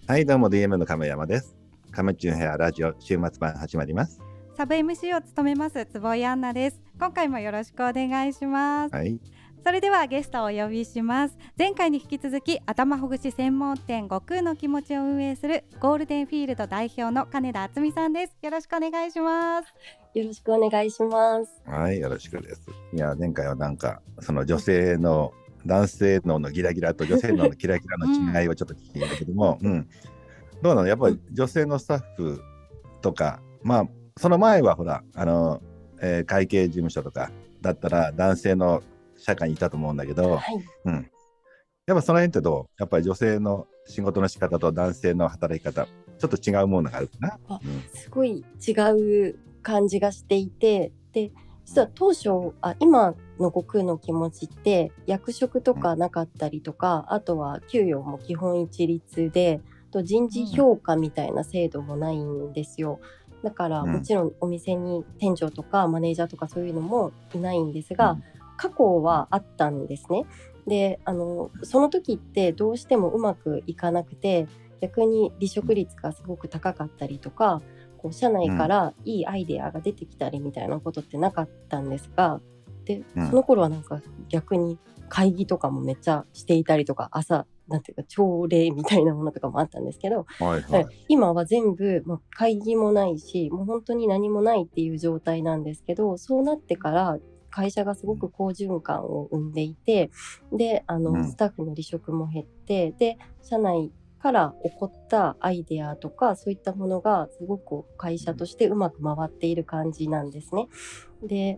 はい、どうも DM の亀山です。亀チュンヘアラジオ週末版始まります。 サブ MC を務めます坪井杏奈です。今回もよろしくお願いします。 はい、 それではゲストをお呼びします。前回に引き続き頭ほぐし専門店悟空の気持ちを運営するゴールデンフィールド代表の金田敦美さんです。よろしくお願いします。 よろしくお願いします。 はい、よろしくです。いや、前回はなんかその女性の男性脳のギラギラと女性脳のキラキラの違いをちょっと聞いたけども、どうなの？やっぱり女性のスタッフとか、まあその前はほら会計事務所とかだったら男性の社会にいたと思うんだけど、やっぱその辺ってどう？やっぱり女性の仕事の仕方と男性の働き方ちょっと違うものがあるかな。 すごい違う感じがしていて、で実は当初今の悟空の気持ちって役職とかなかったりとか、あとは給与も基本一律で、と人事評価みたいな制度もないんですよ。だからもちろんお店に店長とかマネージャーとかそういうのもいないんですが、過去はあったんですね。でその時ってどうしてもうまくいかなくて、逆に離職率がすごく高かったりとか、こう社内からいいアイデアが出てきたりみたいなことってなかったんですが、でその頃はなんか逆に会議とかもめっちゃしていたりとか、朝なんていうか朝礼みたいなものとかもあったんですけど、今は全部、会議もないし、もう本当に何もないっていう状態なんですけど、そうなってから会社がすごく好循環を生んでいて、でスタッフの離職も減って、で社内から起こったアイデアとかそういったものがすごく会社としてうまく回っている感じなんですね。で、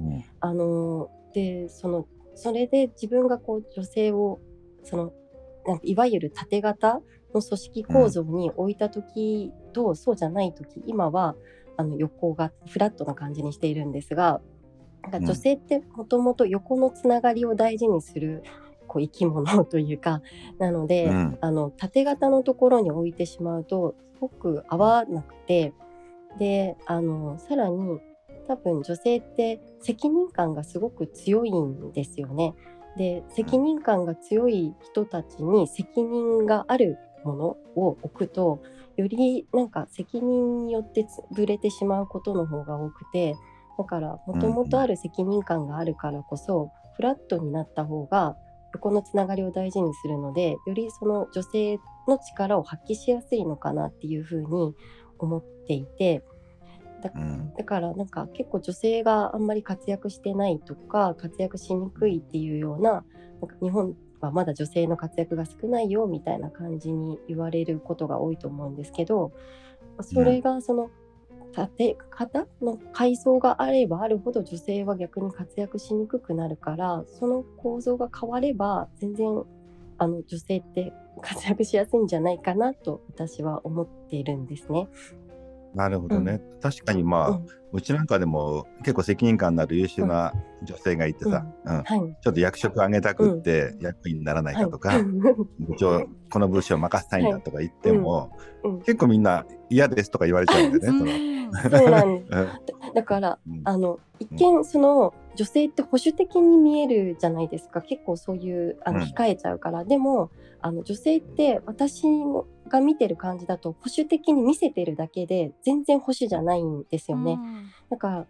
それで自分がこう女性をなんかいわゆる縦型の組織構造に置いた時と、そうじゃない時、今は横がフラットな感じにしているんですが、なんか女性ってもともと横のつながりを大事にするこう生き物というかなので、縦型のところに置いてしまうとすごく合わなくて、でさらに多分女性って責任感がすごく強いんですよね。で責任感が強い人たちに責任があるものを置くと、よりなんか責任によって潰れてしまうことの方が多くて、だからもともとある責任感があるからこそ、フラットになった方が横のつながりを大事にするので、よりその女性の力を発揮しやすいのかなっていうふうに思っていて、だからなんか結構女性があんまり活躍してないとか活躍しにくいっていうような、なんか日本はまだ女性の活躍が少ないよみたいな感じに言われることが多いと思うんですけど、それがその縦型の階層があればあるほど女性は逆に活躍しにくくなるから、その構造が変われば全然女性って活躍しやすいんじゃないかなと私は思っているんですね。 なるほどね。確かにうちなんかでも結構責任感のある優秀な女性がいてさ、ちょっと役職上げたくって役員にならないかとか、部長この部署を任せたいんだとか言っても、結構みんな嫌ですとか言われちゃうんだよね。 そうなんです。だから一見その女性って保守的に見えるじゃないですか。結構そういう控えちゃうから。でも女性って私が見てる感じだと保守的に見せてるだけで全然保守じゃないんですよね。だから、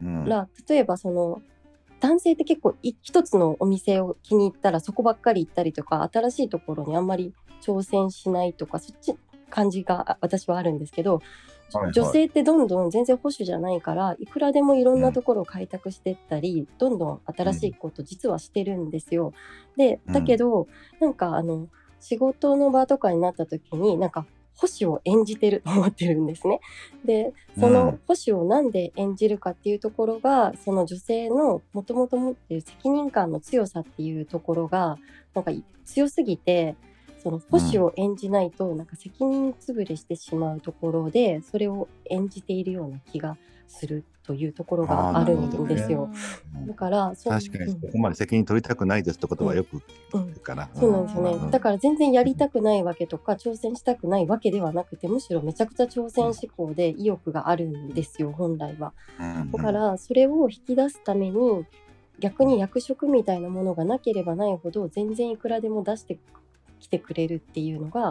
例えばその男性って結構一つのお店を気に入ったらそこばっかり行ったりとか、新しいところにあんまり挑戦しないとか、そっち感じが私はあるんですけど、女性ってどんどん全然保守じゃないから、いくらでもいろんなところを開拓していったり、どんどん新しいこと実はしてるんですよ。でだけどなんか仕事の場とかになった時になんか保守を演じてると思ってるんですね。でその保守をなんで演じるかっていうところが、その女性のもともと持っている責任感の強さっていうところがなんか強すぎて、その保守を演じないとなんか責任潰れしてしまうところで、それを演じているような気がするというところがあるんですよ。だから確かにそこまで責任取りたくないですってことはよく聞くから、 そうなんですよね。だから全然やりたくないわけとか挑戦したくないわけではなくて、むしろめちゃくちゃ挑戦志向で意欲があるんですよ、本来は。だからそれを引き出すために逆に役職みたいなものがなければないほど全然いくらでも出してきてくれるっていうのが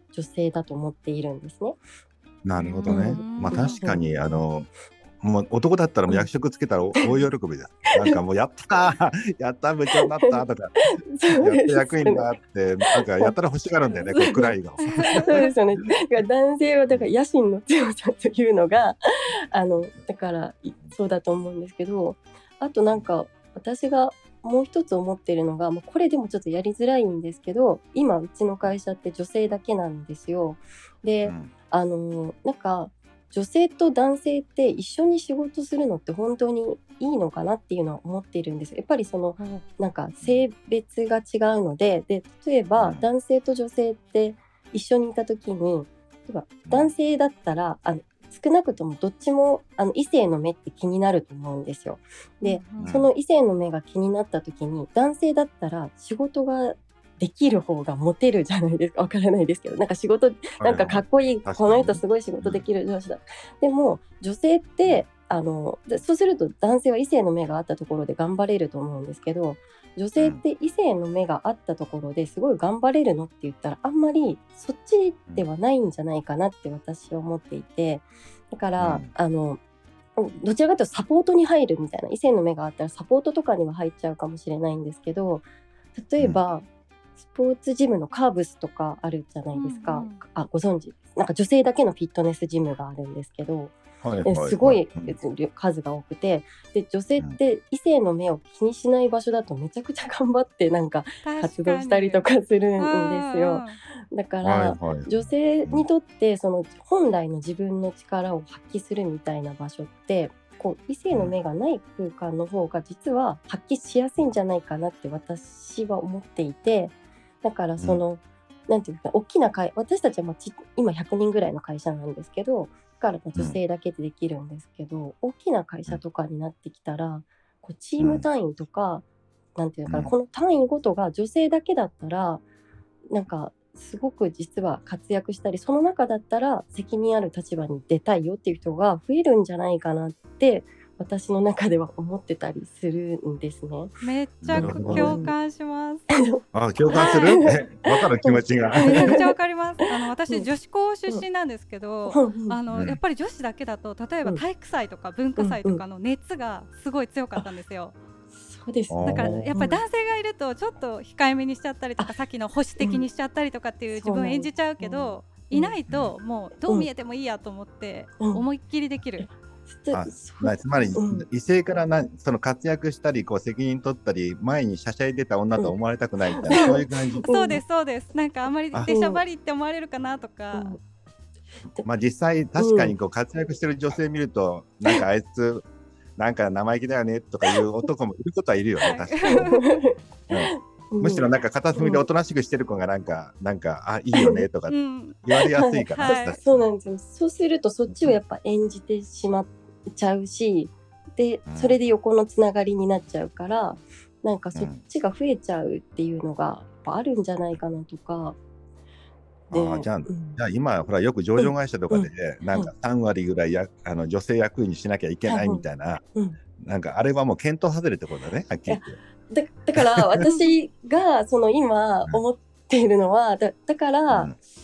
女性だと思っているんですね。 なるほどね。 うんまあ確かにもう男だったらもう役職つけたら大喜びです。なんかもうやったーやったー部長になったとかやっと役員になってなんかやったら欲しがるんだよね、こう暗いが。 そうですよね。だから男性はだから野心の強さというのがだからそうだと思うんですけど、あとなんか私がもう一つ思ってるのが、もうこれでもちょっとやりづらいんですけど、今うちの会社って女性だけなんですよ。で、なんか女性と男性って一緒に仕事するのって本当にいいのかなっていうのは思っているんです。やっぱりなんか性別が違うので、例えば男性と女性って一緒にいた時に、例えば男性だったら少なくともどっちも異性の目って気になると思うんですよ。で、その異性の目が気になった時に、男性だったら仕事ができる方がモテるじゃないですか。わからないですけど、なんか仕事なんかかっこいい、この人すごい仕事できる上司だ。でも女性ってそうすると男性は異性の目があったところで頑張れると思うんですけど、女性って異性の目があったところですごい頑張れるのって言ったら、あんまりそっちではないんじゃないかなって私は思っていて、だからどちらかというとサポートに入るみたいな、異性の目があったらサポートとかには入っちゃうかもしれないんですけど、例えば、スポーツジムのカーブスとかあるじゃないですか、ご存知です？なんか女性だけのフィットネスジムがあるんですけど、すごい数が多くて、で女性って異性の目を気にしない場所だとめちゃくちゃ頑張ってなんか活動したりとかするんですよ。だから、女性にとってその本来の自分の力を発揮するみたいな場所ってこう異性の目がない空間の方が実は発揮しやすいんじゃないかなって私は思っていて、だからなんていうか、大きな私たちは今100人ぐらいの会社なんですけど、だから女性だけでできるんですけど、大きな会社とかになってきたらこうチーム単位とか、なんていうのかな、この単位ごとが女性だけだったらなんかすごく実は活躍したり、その中だったら責任ある立場に出たいよっていう人が増えるんじゃないかなって私の中では思ってたりするんですね。 めっちゃ共感します。 共感する？わかる気持ちが。 めちゃくちゃわかります。私女子校出身なんですけど、やっぱり女子だけだと例えば体育祭とか文化祭とかの熱がすごい強かったんですよ。 そうです。 だからやっぱり男性がいるとちょっと控えめにしちゃったりとか、さっきの保守的にしちゃったりとかっていう自分を演じちゃうけど、いないともうどう見えてもいいやと思って思いっきりできる。 つまり異性からその活躍したりこう責任取ったり前にしゃしゃい出た女と思われたくないみたいな、そういう感じ。 そうですそうです。なんかあんまり出しゃばりって思われるかなとか。 実際確かにこう活躍してる女性見ると、なんかあいつなんか生意気だよねとかいう男もいることはいるよね、確かに。むしろなんか片隅でおとなしくしてる子がなんかいいよねとか言われやすいから、 そうなんですよ。そうするとそっちをやっぱ演じてしまっちゃうし、でそれで横のつながりになっちゃうから、なんかそっちが増えちゃうっていうのがやっぱあるんじゃないかなとか。 じゃあ今ほらよく上場会社とかでなんか3割ぐらい女性役員にしなきゃいけないみたいな、なんかあれはもう検討外れってことだね、はっきり言って。 だから私が今思っているのは、だから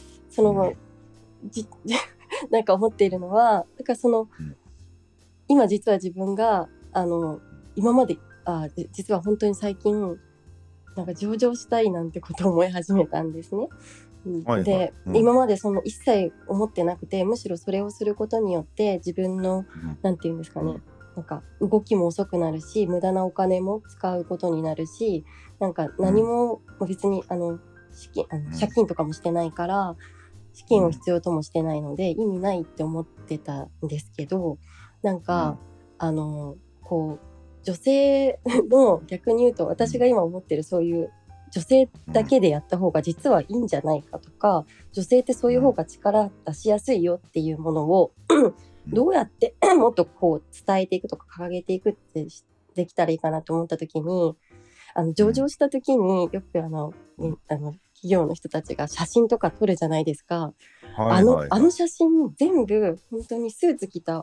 なんか思っているのは、だから今実は自分が今まで実は本当に最近なんか上場したいなんてことを思い始めたんですね。で、今まで一切思ってなくて、むしろそれをすることによって自分のなんていうんですかね、なんか動きも遅くなるし、無駄なお金も使うことになるし、なんか何も別に借金とかもしてないから資金を必要ともしてないので意味ないって思ってたんですけど、なんかこう女性の逆に言うと、私が今思ってるそういう女性だけでやった方が実はいいんじゃないかとか、女性ってそういう方が力出しやすいよっていうものをどうやってもっとこう伝えていくとか掲げていくってできたらいいかなと思った時に、上場した時によく企業の人たちが写真とか撮るじゃないですか。あの写真全部本当にスーツ着た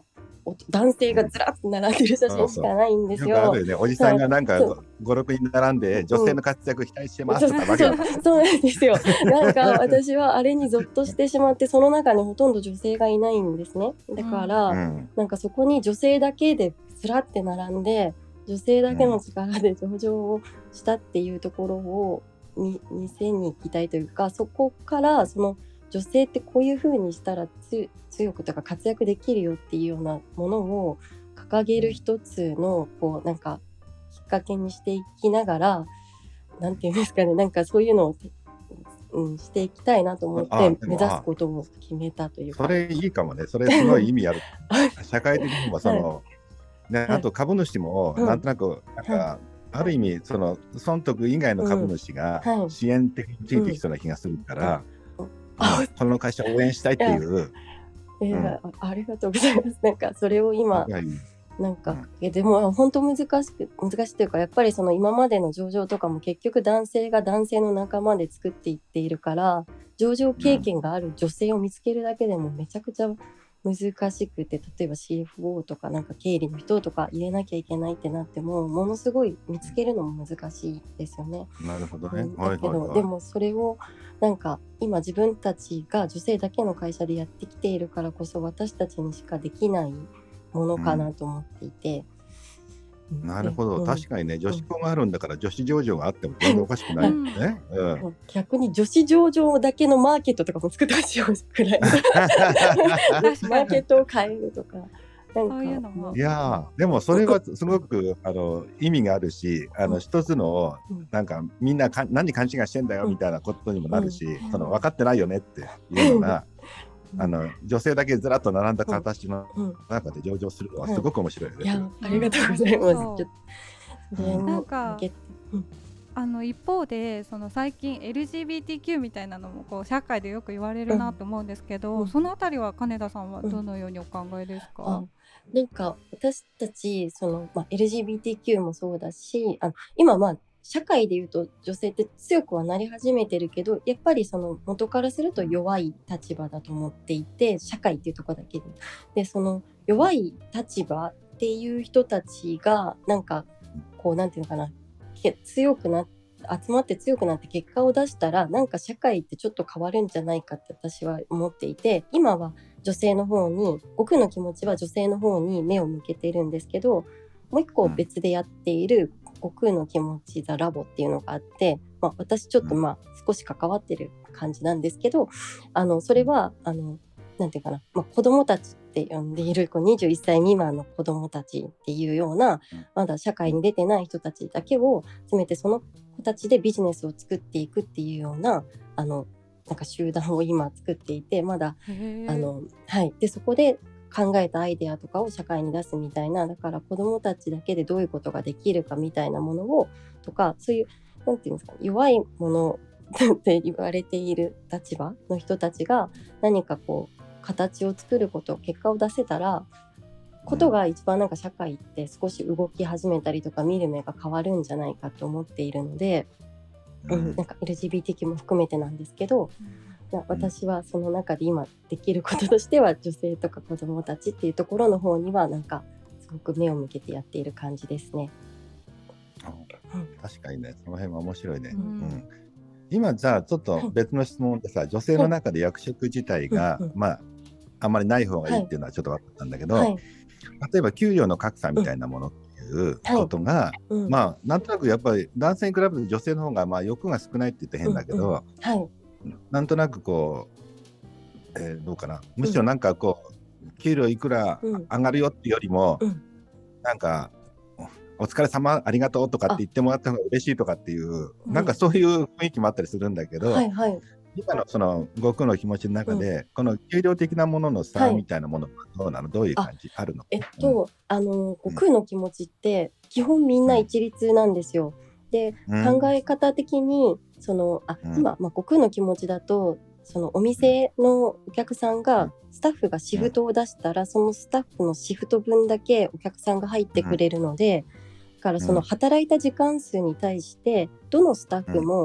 男性がずらっと並んでる写真しかないんですよ。 よくあるよね。おじさんがなんかそう 5、6人並んで女性の活躍期待してますとかわけだから。 そうなんですよ。なんか私はあれにゾッとしてしまって、その中にほとんど女性がいないんですね。だから、なんかそこに女性だけでずらって並んで、女性だけの力で上場をしたっていうところを見せに行きたいというか、そこからその女性ってこういう風にしたら強くとか活躍できるよっていうようなものを掲げる一つのこうなんかきっかけにしていきながら、なんていうんですかね、なんかそういうのを、していきたいなと思って目指すことを決めたというか。 それいいかもね。それすごい意味ある。社会的にもその、ね、あと株主もなんとなくなんか、ある意味その損得以外の株主が支援的についてきそうな気がするから、この会社を応援したいっていう。 ありがとうございます。なんかそれを今なんか、でも本当難しいというか、やっぱりその今までの上場とかも結局男性が男性の仲間で作っていっているから、上場経験がある女性を見つけるだけでもめちゃくちゃ難しくて、例えば CFO とかなんか経理の人とか入れなきゃいけないってなっても、ものすごい見つけるのも難しいですよね。 なるほどね。 だけど、でもそれをなんか今自分たちが女性だけの会社でやってきているからこそ、私たちにしかできないものかなと思っていて、 なるほど、確かにね、女子校があるんだから女子上場があっても全然おかしくないよね。 逆に女子上場だけのマーケットとかも作ってほしいくらいマーケットを変えるとか。 そういうのも。 いやでもそれはすごく意味があるし、一つのなんかみんな何勘違いしてんだよみたいなことにもなるし、その分かってないよねっていうような女性だけずらっと並んだ形の中で上場するのはすごく面白いです。 いや、ありがとうございます。 なんか一方でその最近 LGBTQ みたいなのもこう社会でよく言われるなと思うんですけど、そのあたりは金田さんはどのようにお考えですか？ なんか私たちその、LGBTQ もそうだし、今社会でいうと女性って強くはなり始めてるけど、やっぱりその元からすると弱い立場だと思っていて、社会っていうところだけで、その弱い立場っていう人たちがなんかこうなんていうのかな、強くな集まって強くなって結果を出したら、なんか社会ってちょっと変わるんじゃないかって私は思っていて、今は女性の方に、僕の気持ちは女性の方に目を向けているんですけど、もう一個別でやっている悟空の気持ちザラボっていうのがあって、私ちょっと少し関わってる感じなんですけど、それはなんていうかな、子供たちって呼んでいる21歳未満の子供たちっていうような、まだ社会に出てない人たちだけを詰めて、その子たちでビジネスを作っていくっていうようななんか集団を今作っていて、まだでそこで考えたアイデアとかを社会に出すみたいな、だから子どもたちだけでどういうことができるかみたいなものをとか、そういうなんていうんですか、弱いものって言われている立場の人たちが何かこう形を作ること、結果を出せたらことが一番なんか社会って少し動き始めたりとか見る目が変わるんじゃないかと思っているので、なんか LGBTQ も含めてなんですけど、私はその中で今できることとしては、女性とか子どもたちっていうところの方にはなんかすごく目を向けてやっている感じですね。 確かにね、その辺は面白いね。今じゃあちょっと別の質問でさ、女性の中で役職自体があんまりない方がいいっていうのはちょっと分かったんだけど、例えば給料の格差みたいなものっていうことが、なんとなくやっぱり男性に比べて女性の方が欲が少ないって言って変だけど、なんとなくこう、どうかな、むしろなんかこう給料いくら上がるよっていうよりも、なんかお疲れ様ありがとうとかって言ってもらった方が嬉しいとかっていう、なんかそういう雰囲気もあったりするんだけど、今のその悟空の気持ちの中で、この給料的なものの差みたいなものはどうなの、どういう感じあるの？ 悟空の気持ちって基本みんな一律なんですよ。で、考え方的にその今、悟空の気持ちだと、そのお店のお客さんがスタッフがシフトを出したら、そのスタッフのシフト分だけお客さんが入ってくれるので、だからその働いた時間数に対してどのスタッフも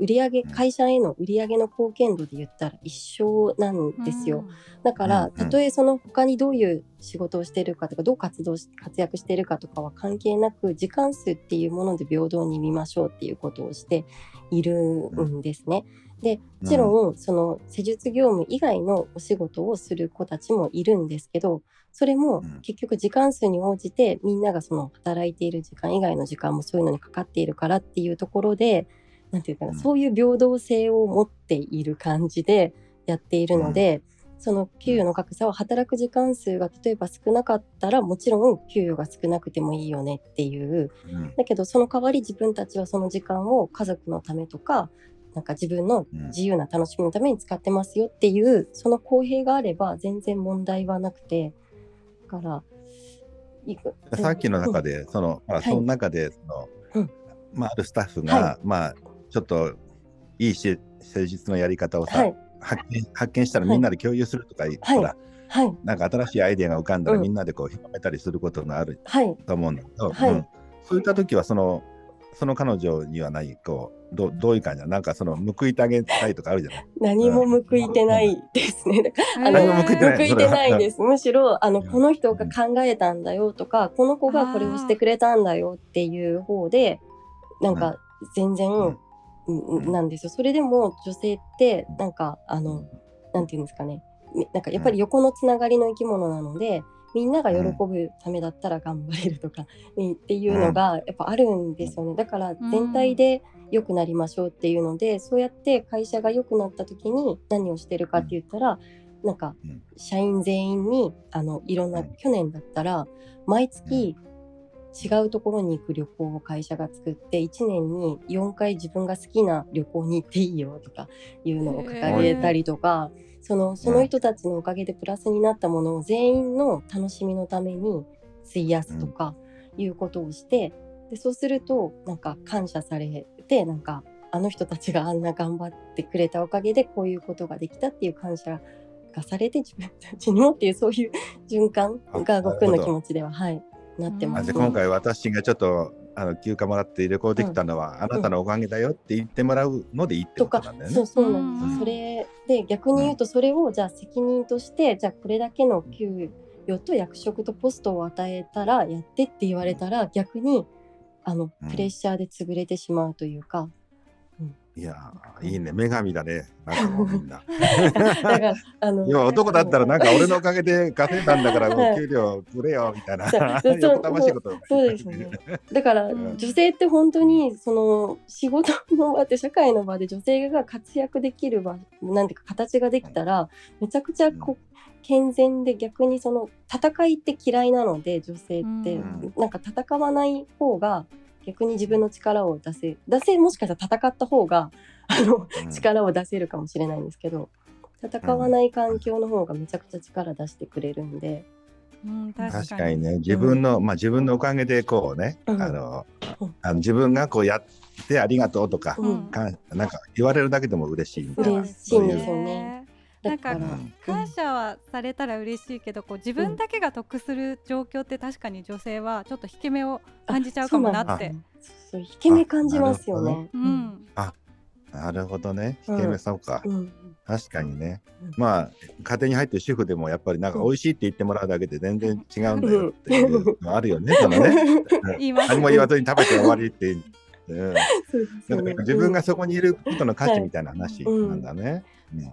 会社への売上の貢献度で言ったら一緒なんですよ。だからたとえその他にどういう仕事をしているかとかどう活躍しているかとかは関係なく、時間数っていうもので平等に見ましょうっていうことをしているんですね。でもちろんその施術業務以外のお仕事をする子たちもいるんですけど、それも結局時間数に応じてみんながその働いている時間以外の時間もそういうのにかかっているからっていうところで、なんていうかな、そういう平等性を持っている感じでやっているので、その給与の格差は働く時間数が例えば少なかったらもちろん給与が少なくてもいいよねっていう、だけどその代わり自分たちはその時間を家族のためとかなんか自分の自由な楽しみのために使ってますよっていう、その公平があれば全然問題はなくて、だからさっきの中でそのその中であるスタッフが、ちょっといい施術のやり方をさ、発見したらみんなで共有するとか、ほら、なんか新しいアイデアが浮かんだらみんなでこう広めたりすることがあると思うんだけど、そういった時はその彼女にはないどういう感じなの？なんかその報いてあげたいとかあるじゃない？ 何も報いてないですね。報いてないです。むしろこの人が考えたんだよとか、この子がこれをしてくれたんだよっていう方で、なんか全然、なんですよ。それでも女性ってなんかなんていうんですかね。なんかやっぱり横のつながりの生き物なので、みんなが喜ぶためだったら頑張れるとか、っていうのがやっぱあるんですよね。だから全体で良くなりましょうっていうので、そうやって会社が良くなった時に何をしてるかって言ったら、なんか社員全員にいろんな、去年だったら毎月違うところに行く旅行を会社が作って、1年に4回自分が好きな旅行に行っていいよとかいうのを掲げたりとか、その人たちのおかげでプラスになったものを全員の楽しみのために費やすとかいうことをして、でそうするとなんか感謝されて、なんかあの人たちがあんな頑張ってくれたおかげでこういうことができたっていう感謝がされて、自分たちにもっていう、そういう循環が僕の気持ちではなってます、ね。 今回私がちょっと休暇もらって旅行できたのは、あなたのおかげだよって言ってもらうのでいいってことなんだよね。 そうなんです。それで逆に言うと、それをじゃあ責任として、じゃあこれだけの給与と役職とポストを与えたらやってって言われたら、逆にプレッシャーで潰れてしまうというか。 いやいいね、女神だね、なんかもうみんなだから今男だったらなんか俺のおかげで稼いだんだからもう給料くれよみたいな横たましいことそうですね。だから女性って本当にその仕事の場で、社会の場で女性が活躍できる場、なんていうか形ができたらめちゃくちゃ健全で、逆にその戦いって嫌いなので、女性ってなんか戦わない方が逆に自分の力を出せ、もしかしたら戦った方が力を出せるかもしれないんですけど、戦わない環境の方がめちゃくちゃ力出してくれるんで、 確かにね、自分のおかげでこうね、自分がこうやってありがとうとか、なんか言われるだけでも嬉しいみたいな。 嬉しいんですよね。 なんか感謝はされたら嬉しいけど、自分だけが得する状況って確かに女性はちょっと引け目を感じちゃうかもなって。 引け目感じますよね。 なるほどね、引け目、そうか、確かにね。家庭に入ってる主婦でもやっぱりなんか美味しいって言ってもらうだけで全然違うんだよっていうのあるよね。そのね何も言わずに食べて終わりって自分がそこにいることの価値みたいな話なんだね。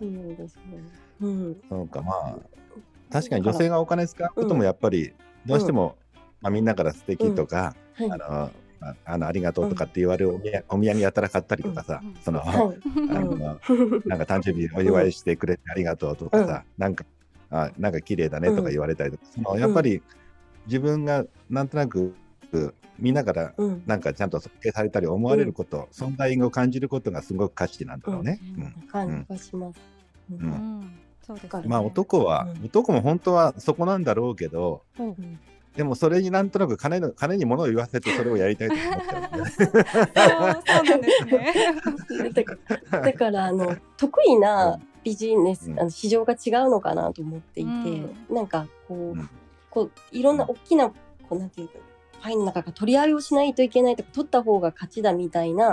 そうか、確かに女性がお金使うこともやっぱりどうしてもみんなから素敵とかありがとうとかって言われるお土産やたら買ったりとかさ、なんか誕生日お祝いしてくれてありがとうとかさ、なんか綺麗だねとか言われたりとか、やっぱり自分がなんとなくみんなからなんかちゃんと尊敬されたり思われること、存在を感じることがすごく価値なんだろうね。 感じがします。 男も本当はそこなんだろうけど、でもそれになんとなく金に物を言わせてそれをやりたいと思っちゃうんでそうなんですね。 だから得意なビジネス、市場が違うのかなと思っていて、なんかこういろんな大きななんていうかパイの中から取り合いをしないといけないとか、取った方が勝ちだみたいな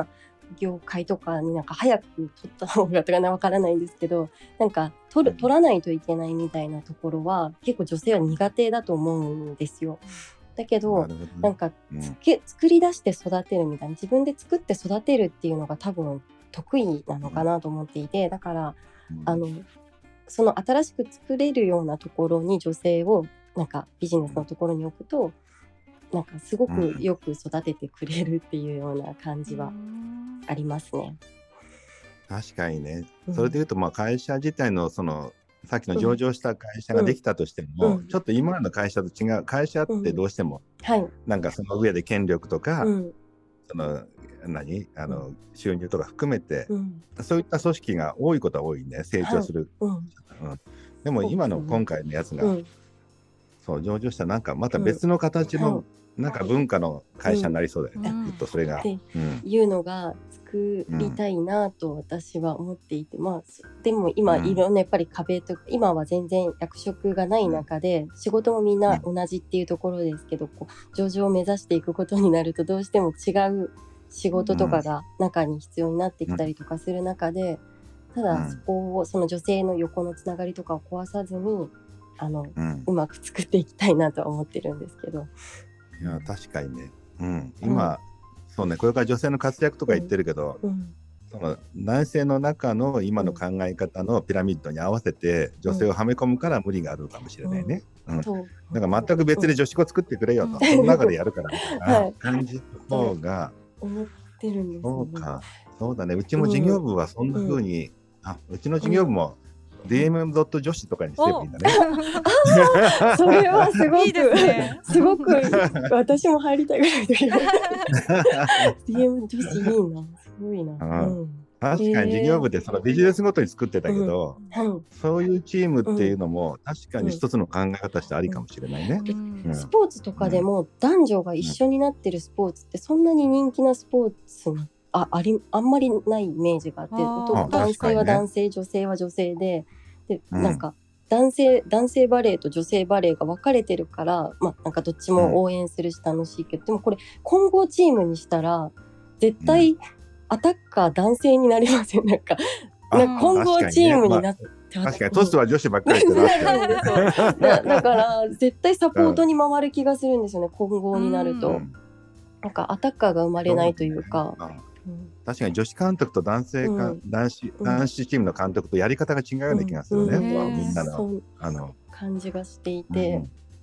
業界とかになんか早く取った方がとかわからないんですけど、なんか取らないといけないみたいなところは結構女性は苦手だと思うんですよ。だけどなんか作り出して育てるみたいな、自分で作って育てるっていうのが多分得意なのかなと思っていて、だからその新しく作れるようなところに女性をなんかビジネスのところに置くとなんかすごくよく育ててくれるっていうような感じはありますね。 確かにね。それでいうと、会社自体のそのさっきの上場した会社ができたとしても、ちょっと今の会社と違う、会社ってどうしても、なんかその上で権力とか、その収入とか含めて、そういった組織が多いことは多いね、成長する。でも今回のやつが、そう上場したなんかまた別の形のなんか文化の会社になりそうだよね、ずっとそれが。っていうのが作りたいなと私は思っていて、でも今いろんなやっぱり壁とか、今は全然役職がない中で仕事もみんな同じっていうところですけど、上場を目指していくことになるとどうしても違う仕事とかが中に必要になってきたりとかする中で、ただそこをその女性の横のつながりとかを壊さずにうまく作っていきたいなとは思ってるんですけど。 いや確かにね、今、そうね、これから女性の活躍とか言ってるけど、その男性の中の今の考え方のピラミッドに合わせて女性をはめ込むから無理があるかもしれないね。だから全く別で女子校作ってくれよと、その中でやるからみたいな感じの方が思ってるんですよね。 そうだね、うちも事業部はそんな風に、うちの事業部もDMM 女子とかにすればいいんだね。 それはすごくいいですね。 すごく私も入りたいぐらいでDM 女子いいな、すごいな。 確かに事業部でそのビジネスごとに作ってたけど、そういうチームっていうのも確かに一つの考え方としてありかもしれないね。 スポーツとかでも男女が一緒になってるスポーツってそんなに人気なスポーツあんまりないイメージがあって、男性は男性、女性は女性で、なんか男性バレーと女性バレーが分かれてるから、なんかどっちも応援するし楽しいけど、でもこれ混合チームにしたら絶対アタッカー男性になりません？なんか混合チームになって、 確かにトスは女子ばっかりってなってだから絶対サポートに回る気がするんですよね、混合になると。なんかアタッカーが生まれないというか。 確かに女子監督と男子チームの監督とやり方が違うような気がするね、みんなの感じがしていて、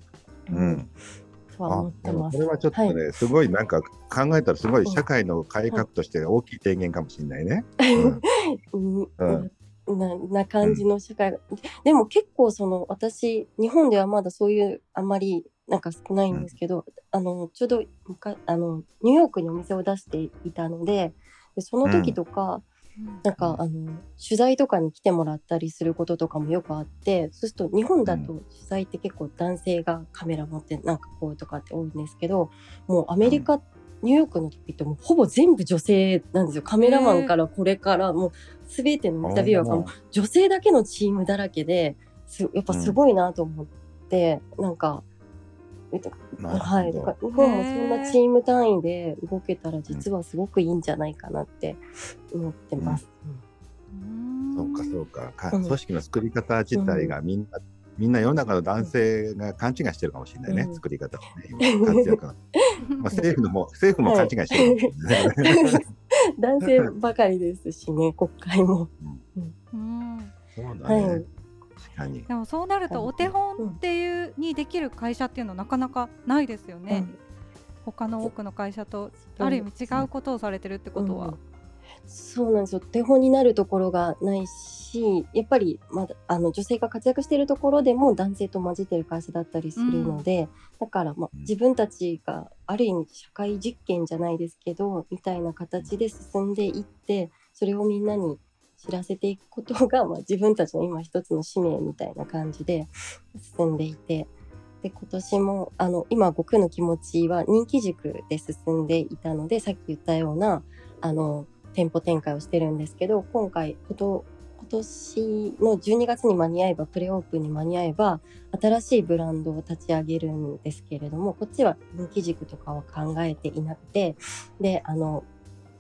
とは思ってます。 これはちょっとね、すごいなんか考えたらすごい社会の改革として大きい提言かもしれないね。 な感じの社会、でも結構私日本ではまだそういうあんまりなんか少ないんですけど、ちょうどニューヨークにお店を出していたので、その時とか、なんか取材とかに来てもらったりすることとかもよくあって、そうすると日本だと取材って結構男性がカメラ持ってなんかこうとかって多いんですけど、もうアメリカ、ニューヨークの時ってもうほぼ全部女性なんですよ。カメラマンからこれからもう全てのインタビュアーがもう女性だけのチームだらけで、やっぱすごいなと思って、なんかだから日本もそんなチーム単位で動けたら実はすごくいいんじゃないかなって思ってます。 そうか、組織の作り方自体がみんな世の中の男性が勘違いしてるかもしれないね、作り方をね、今活躍の政府も勘違いしてるかもしれない、 男性ばかりですしね、国会も。 そうだね。 でもそうなるとお手本っていうにできる会社っていうのはなかなかないですよね。他の多くの会社とある意味違うことをされてるってことは。 そうなんですよ。手本になるところがないし、やっぱりまだ女性が活躍しているところでも男性と混じってる会社だったりするので、だから自分たちがある意味社会実験じゃないですけどみたいな形で進んでいって、それをみんなに知らせていくことが、自分たちの今一つの使命みたいな感じで進んでいて、で今年も今悟空の気持ちは人気塾で進んでいたので、さっき言ったような店舗展開をしてるんですけど、今年の12月に間に合えば、プレオープンに間に合えば新しいブランドを立ち上げるんですけれども、こっちは人気塾とかは考えていなくて、で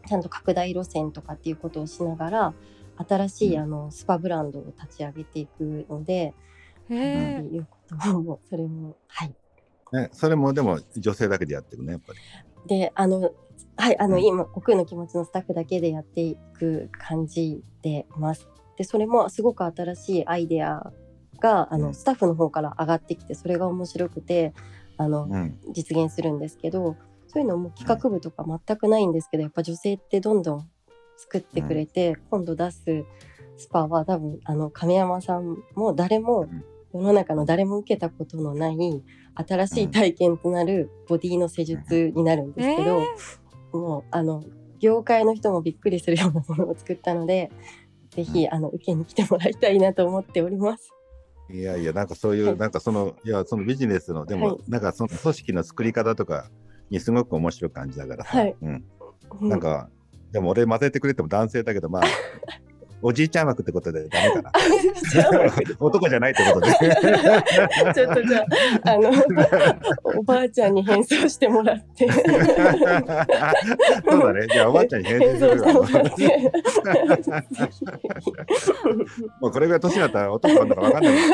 ちゃんと拡大路線とかっていうことをしながら新しいスパブランドを立ち上げていくので、っていうこともそれもそれもでも女性だけでやってるねやっぱり。 で今悟空の気持ちのスタッフだけでやっていく感じでいます。でそれもすごく新しいアイデアがスタッフの方から上がってきて、それが面白くて実現するんですけど、そういうのも企画部とか全くないんですけど、やっぱ女性ってどんどん作ってくれて、今度出すスパは多分亀山さんも誰も世の中の誰も受けたことのない新しい体験となるボディの施術になるんですけど、もう業界の人もびっくりするようなものを作ったので、ぜひ受けに来てもらいたいなと思っております。 いやいや、なんかそういう、なんかそのビジネスのでも、なんかその組織の作り方とかにすごく面白い感じだからさ、なんかでも俺混ぜてくれても男性だけど、まあおじいちゃん枠ってことでダメかな。男じゃないってことで。 ちょっとじゃあおばあちゃんに変装してもらって。そうだね。じゃあおばあちゃんに変装するわ。もうこれぐらい年だったら男なんだか分かんない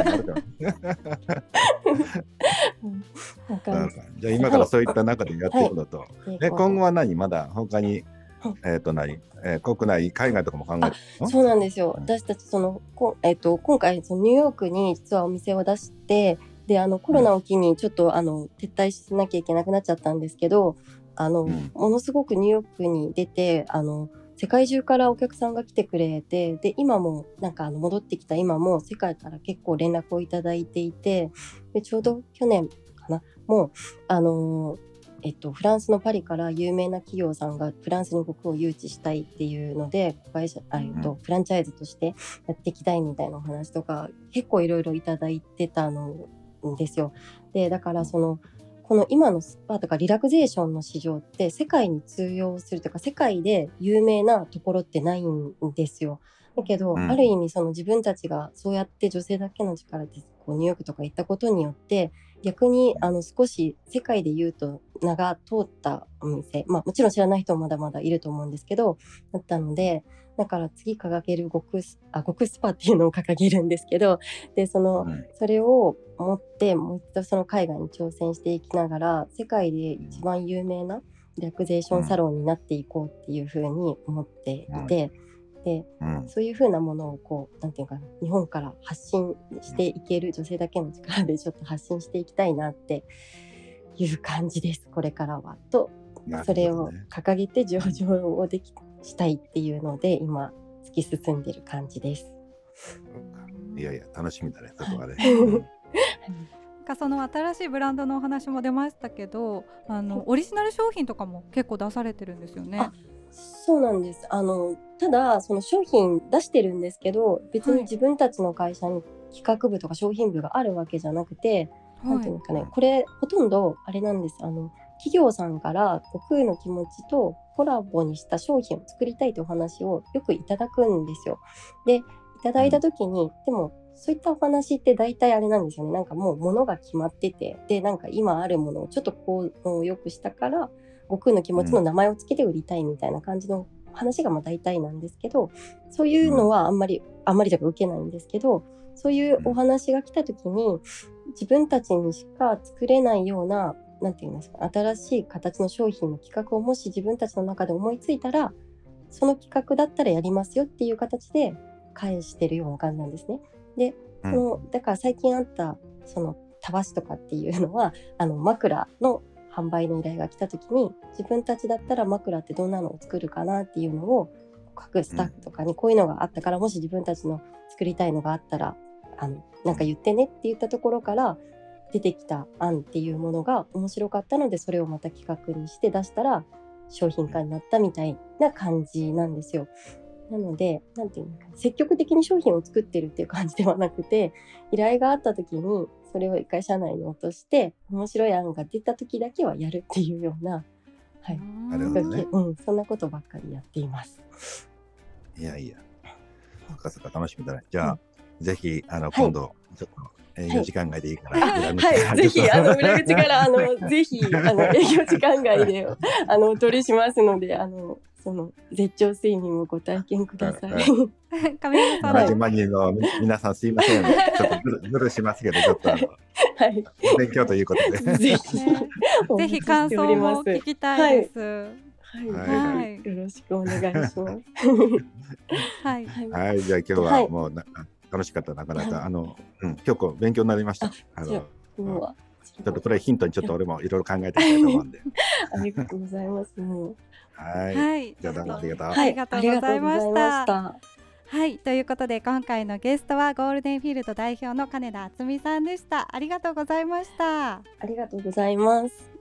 じゃあ今からそういった中でやっていくのと、今後は何まだ他に国内海外とかも考えるの？ そうなんですよ。私たち今回ニューヨークに実はお店を出して、でコロナを機にちょっと撤退しなきゃいけなくなっちゃったんですけど、ものすごくニューヨークに出て世界中からお客さんが来てくれて、で今もなんか戻ってきた今も世界から結構連絡をいただいていて、でちょうど去年かなもうフランスのパリから有名な企業さんがフランスに国を誘致したいっていうのでフランチャイズとしてやっていきたいみたいなお話とか結構いろいろいただいてたんですよ。でだからこの今のスパとかリラクゼーションの市場って世界に通用するというか世界で有名なところってないんですよ。だけど、ある意味自分たちがそうやって女性だけの力でニューヨークとか行ったことによって逆に少し世界で言うと名が通ったお店、もちろん知らない人もまだまだいると思うんですけどだったので、だから次掲げる極スパっていうのを掲げるんですけど、でそれを持ってもう一度海外に挑戦していきながら世界で一番有名なリラクゼーションサロンになっていこうっていうふうに思っていて、でそういうふうなものをなんていうか日本から発信していける女性だけの力でちょっと発信していきたいなっていう感じです、これからはと。それを掲げて上場をしたいっていうので今突き進んでる感じです。 いやいや楽しみだねそこはね。 その新しいブランドのお話も出ましたけどオリジナル商品とかも結構出されてるんですよね。 そうなんです。ただその商品出してるんですけど別に自分たちの会社に企画部とか商品部があるわけじゃなくて、なんていうのかね、これほとんどあれなんです。企業さんから悟空の気持ちとコラボにした商品を作りたいというお話をよくいただくんですよ。でいただいた時にでもそういったお話って大体あれなんですよね。なんかもう物が決まってて、でなんか今あるものをちょっとこう良くしたから悟空の気持ちの名前をつけて売りたいみたいな感じの話が大体なんですけど、そういうのはあんまりとか受けないんですけど、そういうお話が来た時に自分たちにしか作れないようななんていうんですか、新しい形の商品の企画をもし自分たちの中で思いついたらその企画だったらやりますよっていう形で返してるような感じなんですね。でだから最近あったたわしとかっていうのは枕の販売の依頼が来た時に自分たちだったら枕ってどんなのを作るかなっていうのを各スタッフとかにこういうのがあったからもし自分たちの作りたいのがあったらなんか言ってねって言ったところから出てきた案っていうものが面白かったのでそれをまた企画にして出したら商品化になったみたいな感じなんですよ。なのでなんていうのか積極的に商品を作ってるっていう感じではなくて依頼があった時にそれを一回社内に落として面白い案が出た時だけはやるっていうような、 なるほどね。 そんなことばっかりやっています。 いやいやそか楽しみだね。じゃあ、ぜひ今度ちょっと営業時間外でいいから、 ぜひ裏口からぜひ営業時間外でお取りしますのでその絶頂睡眠もご体験ください。 はい上山さんはい 70万人の皆さんすいません。ちょっとずるしますけど、ちょっとはい、 勉強ということで。 ぜひ、 ねぜひ感想も聞きたいです。 はい、 はいよろしくお願いします。 はい。 はい、じゃあ今日ははいもう楽しかったなかなか、今日こう勉強になりました。 じゃあ今日はちょっとこれヒントにちょっと俺もいろいろ考えていきたいと思うんで。 ありがとうございます。もうはい、 はい。 じゃあどうもありがとう。 ありがとうございましたありがとうございました。 はい、ということで今回のゲストはゴールデンフィールド代表の金田敦美さんでした。ありがとうございました。 ありがとうございます。